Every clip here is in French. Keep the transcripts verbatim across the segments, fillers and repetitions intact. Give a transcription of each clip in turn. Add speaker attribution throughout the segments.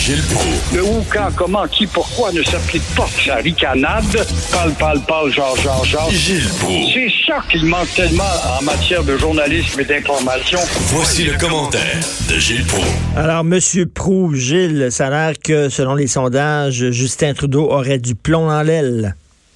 Speaker 1: Gilles Proulx.
Speaker 2: Le où, quand, comment, qui, pourquoi ne s'applique pas sa ricanade. Parle, parle, parle, genre, genre, genre.
Speaker 1: Gilles Proulx.
Speaker 2: C'est ça qu'il manque tellement en matière de journalisme et d'information.
Speaker 1: Voici le commentaire de Gilles Proulx.
Speaker 3: Alors, Monsieur Proulx, Gilles, ça a l'air que, selon les sondages, Justin Trudeau aurait du plomb dans l'aile.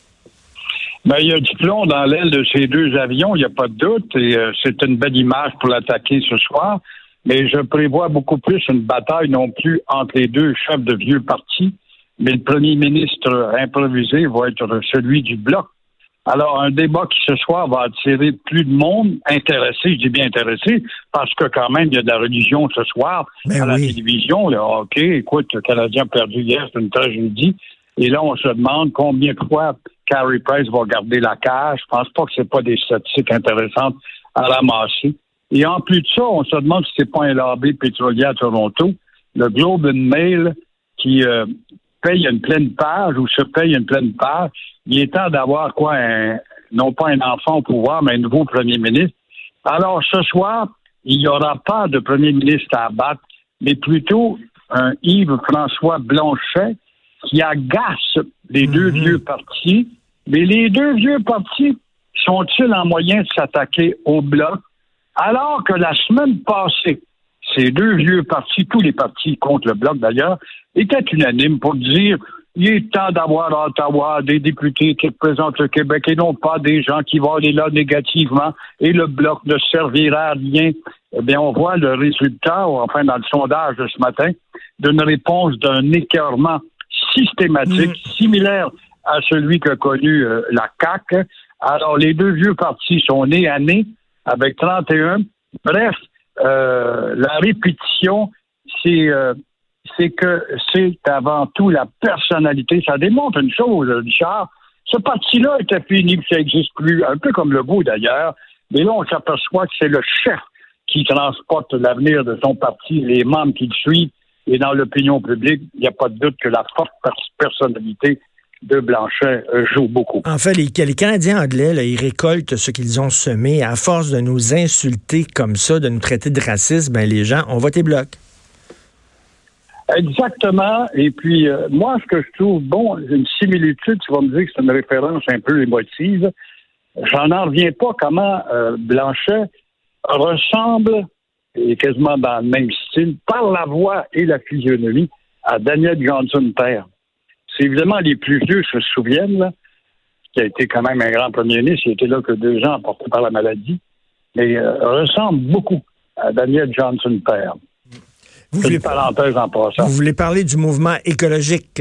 Speaker 2: Ben, il y a du plomb dans l'aile de ces deux avions, il n'y a pas de doute, et euh, c'est une belle image pour l'attaquer ce soir. Mais je prévois beaucoup plus une bataille non plus entre les deux chefs de vieux partis, mais le premier ministre improvisé va être celui du Bloc. Alors, un débat qui ce soir va attirer plus de monde intéressé, je dis bien intéressé, parce que quand même, il y a de la religion ce soir
Speaker 3: ben
Speaker 2: à
Speaker 3: oui.
Speaker 2: la télévision. Le hockey, écoute, le Canadien a perdu hier, c'est une tragédie. Et là, on se demande combien de fois Carey Price va garder la cage. Je pense pas que c'est pas des statistiques intéressantes à ramasser. Et en plus de ça, on se demande si c'est pas un lobby pétrolier à Toronto. Le Globe and Mail qui euh, paye une pleine page ou se paye une pleine page. Il est temps d'avoir quoi, un, non pas un enfant au pouvoir, mais un nouveau premier ministre. Alors ce soir, il n'y aura pas de premier ministre à abattre, mais plutôt un Yves-François Blanchet qui agace les mm-hmm. deux vieux partis. Mais les deux vieux partis sont-ils en moyen de s'attaquer au Bloc? Alors que la semaine passée, ces deux vieux partis, tous les partis contre le Bloc d'ailleurs, étaient unanimes pour dire il est temps d'avoir à Ottawa des députés qui représentent le Québec et non pas des gens qui vont aller là négativement et le Bloc ne servira à rien. Eh bien, on voit le résultat, enfin dans le sondage de ce matin, d'une réponse d'un écœurement systématique, mmh. similaire à celui qu'a connu euh, la C A Q. Alors, les deux vieux partis sont nés à nez avec trente et un. Bref, euh, la répétition, c'est, euh, c'est que c'est avant tout la personnalité. Ça démontre une chose, Richard. Ce parti-là était fini, puis ça n'existe plus, un peu comme le goût d'ailleurs. Mais là, on s'aperçoit que c'est le chef qui transporte l'avenir de son parti, les membres qui le suivent. Et dans l'opinion publique, il n'y a pas de doute que la forte personnalité de Blanchet joue beaucoup.
Speaker 3: En fait, les, les Canadiens anglais, là, ils récoltent ce qu'ils ont semé. À force de nous insulter comme ça, de nous traiter de racistes, ben les gens ont voté Bloc.
Speaker 2: Exactement. Et puis, euh, moi, ce que je trouve, bon, une similitude, tu vas me dire que c'est une référence un peu émotive. J'en en reviens pas comment euh, Blanchet ressemble, et quasiment dans le même style, par la voix et la physionomie, à Daniel Johnson père. C'est évidemment les plus vieux se souviennent, là, qui a été quand même un grand premier ministre, il était là que deux ans emporté par la maladie, mais euh, ressemble beaucoup à Daniel Johnson père.
Speaker 3: Vous
Speaker 2: C'est
Speaker 3: voulez,
Speaker 2: une parenthèse en passant.
Speaker 3: Vous voulez parler du mouvement écologique?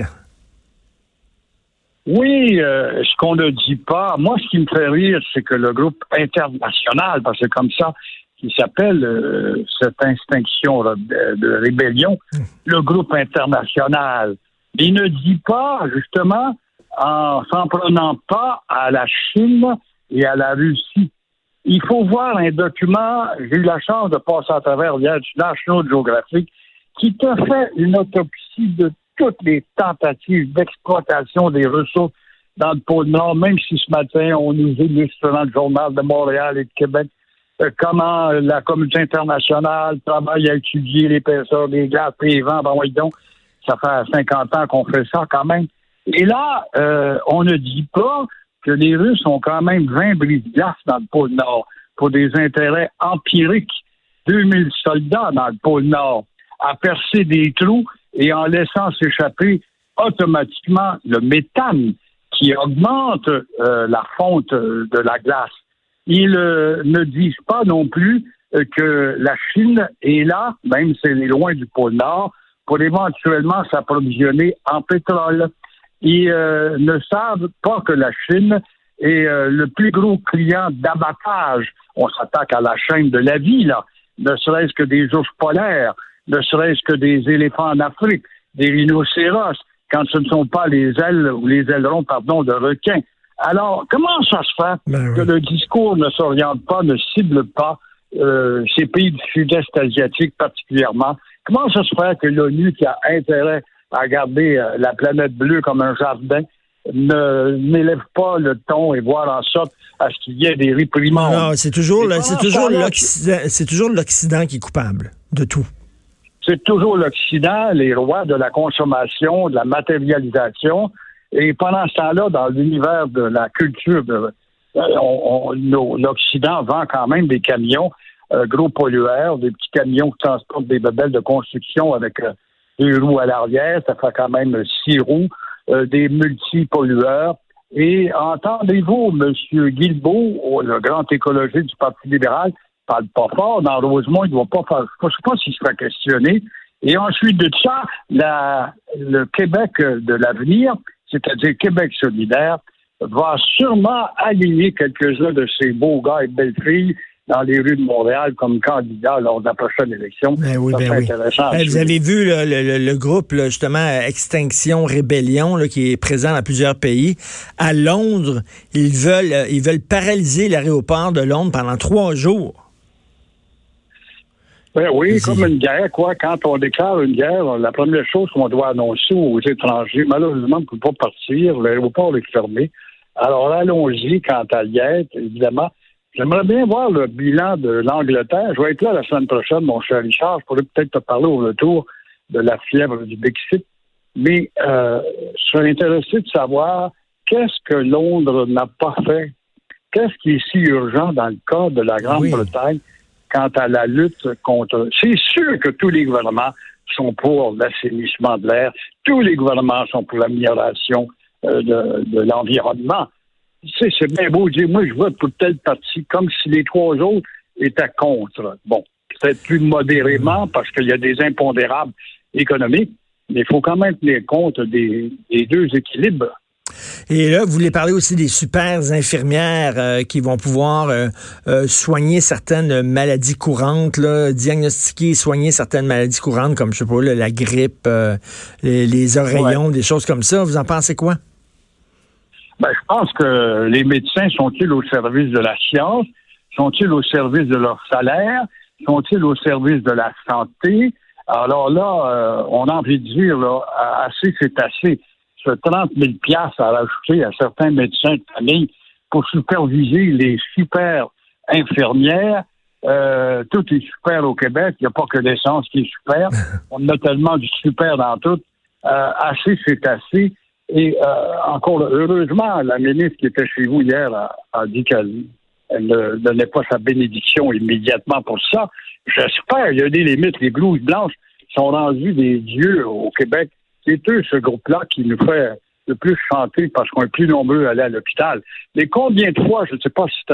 Speaker 2: Oui, euh, ce qu'on ne dit pas, moi ce qui me fait rire, c'est que le groupe international, parce que c'est comme ça qui s'appelle euh, cette extinction là, de, de rébellion, mmh. le groupe international. Il ne dit pas, justement, en s'en prenant pas à la Chine et à la Russie. Il faut voir un document, j'ai eu la chance de passer à travers hier du National Geographic, qui te fait une autopsie de toutes les tentatives d'exploitation des ressources dans le pôle Nord, même si ce matin, on nous illustre dans le journal de Montréal et de Québec euh, comment la communauté internationale travaille à étudier l'épaisseur des glaces et les vents. Ben oui, donc, ça fait cinquante ans qu'on fait ça quand même. Et là, euh, on ne dit pas que les Russes ont quand même vingt brise-glaces dans le pôle Nord pour des intérêts empiriques. deux mille soldats dans le pôle Nord à percer des trous et en laissant s'échapper automatiquement le méthane qui augmente euh, la fonte de la glace. Ils euh, ne disent pas non plus euh, que la Chine est là, même si elle est loin du pôle Nord, pour éventuellement s'approvisionner en pétrole. Ils euh, ne savent pas que la Chine est euh, le plus gros client d'abattage. On s'attaque à la chaîne de la vie, là, ne serait-ce que des ours polaires, ne serait-ce que des éléphants en Afrique, des rhinocéros, quand ce ne sont pas les ailes ou les ailerons, pardon, de requins. Alors, comment ça se fait ben que oui. le discours ne s'oriente pas, ne cible pas euh, ces pays du sud-est asiatique particulièrement? Comment ça se fait que l'ONU, qui a intérêt à garder euh, la planète bleue comme un jardin, ne n'élève pas le ton et voir en sorte à ce qu'il y ait des réprimandes?
Speaker 3: Non, c'est toujours, le, c'est, toujours l'Occident, c'est toujours l'Occident qui est coupable de tout.
Speaker 2: c'est toujours l'Occident, les rois de la consommation, de la matérialisation. Et pendant ce temps-là, dans l'univers de la culture, de, on, on, l'Occident vend quand même des camions euh, gros pollueurs, des petits camions qui transportent des bebelles de construction avec euh, deux roues à l'arrière, ça fait quand même six roues, euh, des multipollueurs. Et entendez-vous, M. Guilbeault, le grand écologiste du Parti libéral, parle pas fort. Dans Rosemont, il ne va pas faire. Je ne sais pas s'il sera questionné. Et ensuite de ça, la, le Québec de l'avenir, c'est-à-dire Québec solidaire, va sûrement aligner quelques-uns de ces beaux gars et belles filles dans les rues de Montréal comme candidats lors de la prochaine élection.
Speaker 3: Ben oui,
Speaker 2: ça
Speaker 3: ben
Speaker 2: serait
Speaker 3: oui.
Speaker 2: intéressant.
Speaker 3: Ben, vous avez vu là, le, le, le groupe, là, justement, Extinction Rébellion, là, qui est présent dans plusieurs pays. À Londres, ils veulent, ils veulent paralyser l'aéroport de Londres pendant trois jours.
Speaker 2: Ben oui,
Speaker 3: Vas-y.
Speaker 2: Comme une guerre, quoi. Quand on déclare une guerre, la première chose qu'on doit annoncer aux étrangers, malheureusement, on ne peut pas partir, l'aéroport est fermé. Alors, allons-y quant à Liette, évidemment. J'aimerais bien voir le bilan de l'Angleterre. Je vais être là la semaine prochaine, mon cher Richard. Je pourrais peut-être te parler au retour de la fièvre du Brexit. Mais euh, je serais intéressé de savoir qu'est-ce que Londres n'a pas fait. Qu'est-ce qui est si urgent dans le cas de la Grande-Bretagne quant à la lutte contre... C'est sûr que tous les gouvernements sont pour l'assainissement de l'air. Tous les gouvernements sont pour l'amélioration euh, de, de l'environnement. Tu sais, c'est bien beau de dire, moi, je vote pour telle partie, comme si les trois autres étaient contre. Bon, peut-être plus modérément, parce qu'il y a des impondérables économiques, mais il faut quand même tenir compte des, des deux équilibres.
Speaker 3: Et là, vous voulez parler aussi des super infirmières euh, qui vont pouvoir euh, euh, soigner certaines maladies courantes, là, diagnostiquer et soigner certaines maladies courantes, comme, je sais pas, là, la grippe, euh, les, les oreillons, ouais. Des choses comme ça. Vous en pensez quoi?
Speaker 2: Ben, je pense que les médecins sont-ils au service de la science? Sont-ils au service de leur salaire? Sont-ils au service de la santé? Alors là, euh, on a envie de dire, là, assez, c'est assez. Ce trente mille piastres à rajouter à certains médecins de famille pour superviser les super infirmières. Euh, tout est super au Québec. Il n'y a pas que l'essence qui est super. On a tellement du super dans tout. Euh, assez, c'est assez. Et euh, encore, heureusement, la ministre qui était chez vous hier a, a dit qu'elle elle ne donnait pas sa bénédiction immédiatement pour ça. J'espère, il y a des limites. Les blouses blanches sont rendues des dieux au Québec. C'est eux, ce groupe-là, qui nous fait le plus chanter parce qu'on est plus nombreux à aller à l'hôpital. Mais combien de fois, je ne sais pas si tu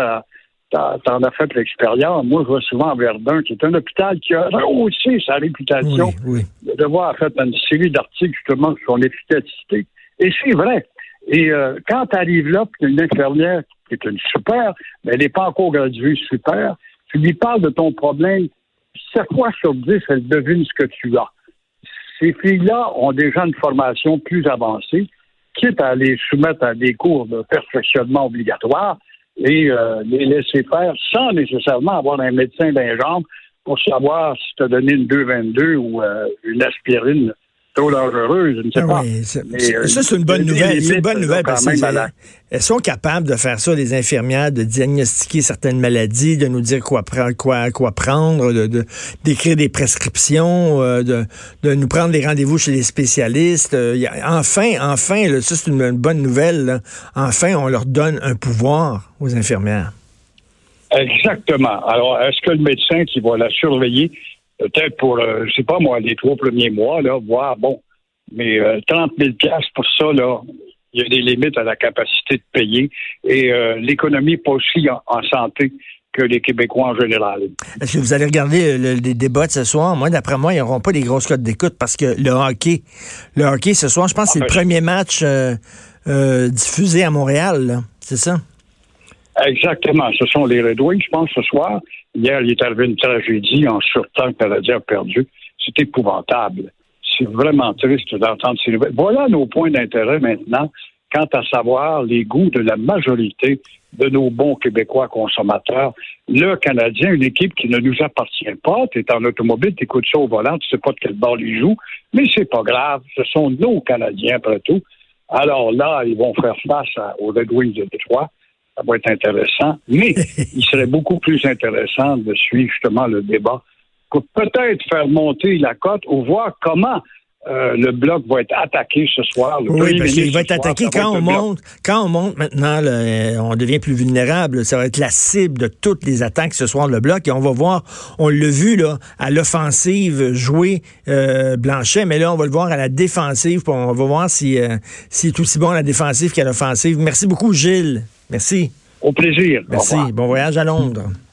Speaker 2: en as fait l'expérience, moi, je vais souvent à Verdun, qui est un hôpital qui a rehaussé sa réputation
Speaker 3: oui, oui.
Speaker 2: de devoir faire une série d'articles, justement, sur son efficacité. Et c'est vrai. Et euh, quand tu arrives là, puis une infirmière qui est une super, mais elle n'est pas encore graduée super, tu lui parles de ton problème, sept fois sur dix, elle devine ce que tu as. Ces filles-là ont déjà une formation plus avancée, quitte à les soumettre à des cours de perfectionnement obligatoires et euh, les laisser faire sans nécessairement avoir un médecin d'un jambe pour savoir si tu as donné une deux vingt-deux ou euh, une aspirine trop dangereuse, je ne sais
Speaker 3: ah
Speaker 2: pas.
Speaker 3: Oui, c'est,
Speaker 2: mais,
Speaker 3: c'est,
Speaker 2: euh,
Speaker 3: ça, c'est une bonne nouvelle. C'est une bonne nouvelle parce qu'elles sont capables de faire ça, les infirmières, de diagnostiquer certaines maladies, de nous dire quoi prendre, quoi, quoi prendre, de, de, d'écrire des prescriptions, euh, de, de nous prendre des rendez-vous chez les spécialistes. Euh, y a, enfin, enfin, là, ça, c'est une, une bonne nouvelle. Là. Enfin, on leur donne un pouvoir aux infirmières.
Speaker 2: Exactement. Alors, est-ce que le médecin qui va la surveiller, peut-être pour, euh, je sais pas moi, les trois premiers mois, là, voir, bon, mais euh, trente mille piastres pour ça, là, il y a des limites à la capacité de payer. Et euh, l'économie n'est pas aussi en, en santé que les Québécois en général.
Speaker 3: Est-ce que vous allez regarder le, les débats de ce soir? Moi, d'après moi, ils n'auront pas des grosses cotes d'écoute parce que le hockey, le hockey ce soir, je pense que c'est ah, ben, le premier match euh, euh, diffusé à Montréal, là. C'est ça?
Speaker 2: Exactement. Ce sont les Red Wings, je pense, ce soir. Hier, il est arrivé une tragédie en surtemps que le Canadien a perdu. C'est épouvantable. C'est vraiment triste d'entendre ces nouvelles. Voilà nos points d'intérêt maintenant quant à savoir les goûts de la majorité de nos bons Québécois consommateurs. Le Canadien, une équipe qui ne nous appartient pas. Tu es en automobile, tu écoutes ça au volant, tu sais pas de quel bord ils jouent, mais c'est pas grave. Ce sont nos Canadiens, après tout. Alors là, ils vont faire face à, aux Red Wings de Détroit. Ça va être intéressant. Mais il serait beaucoup plus intéressant de suivre justement le débat peut-être faire monter la cote ou voir comment euh, le bloc va être attaqué ce soir. Le
Speaker 3: oui, parce qu'il va être
Speaker 2: soir,
Speaker 3: attaqué quand on monte. Quand on monte maintenant, là, on devient plus vulnérable. Ça va être la cible de toutes les attaques ce soir, le bloc. Et on va voir, on l'a vu là à l'offensive jouer euh, Blanchet, mais là, on va le voir à la défensive. On va voir si, euh, s'il est aussi bon à la défensive qu'à l'offensive. Merci beaucoup, Gilles. Merci.
Speaker 2: Au plaisir.
Speaker 3: Merci. Bon voyage à Londres.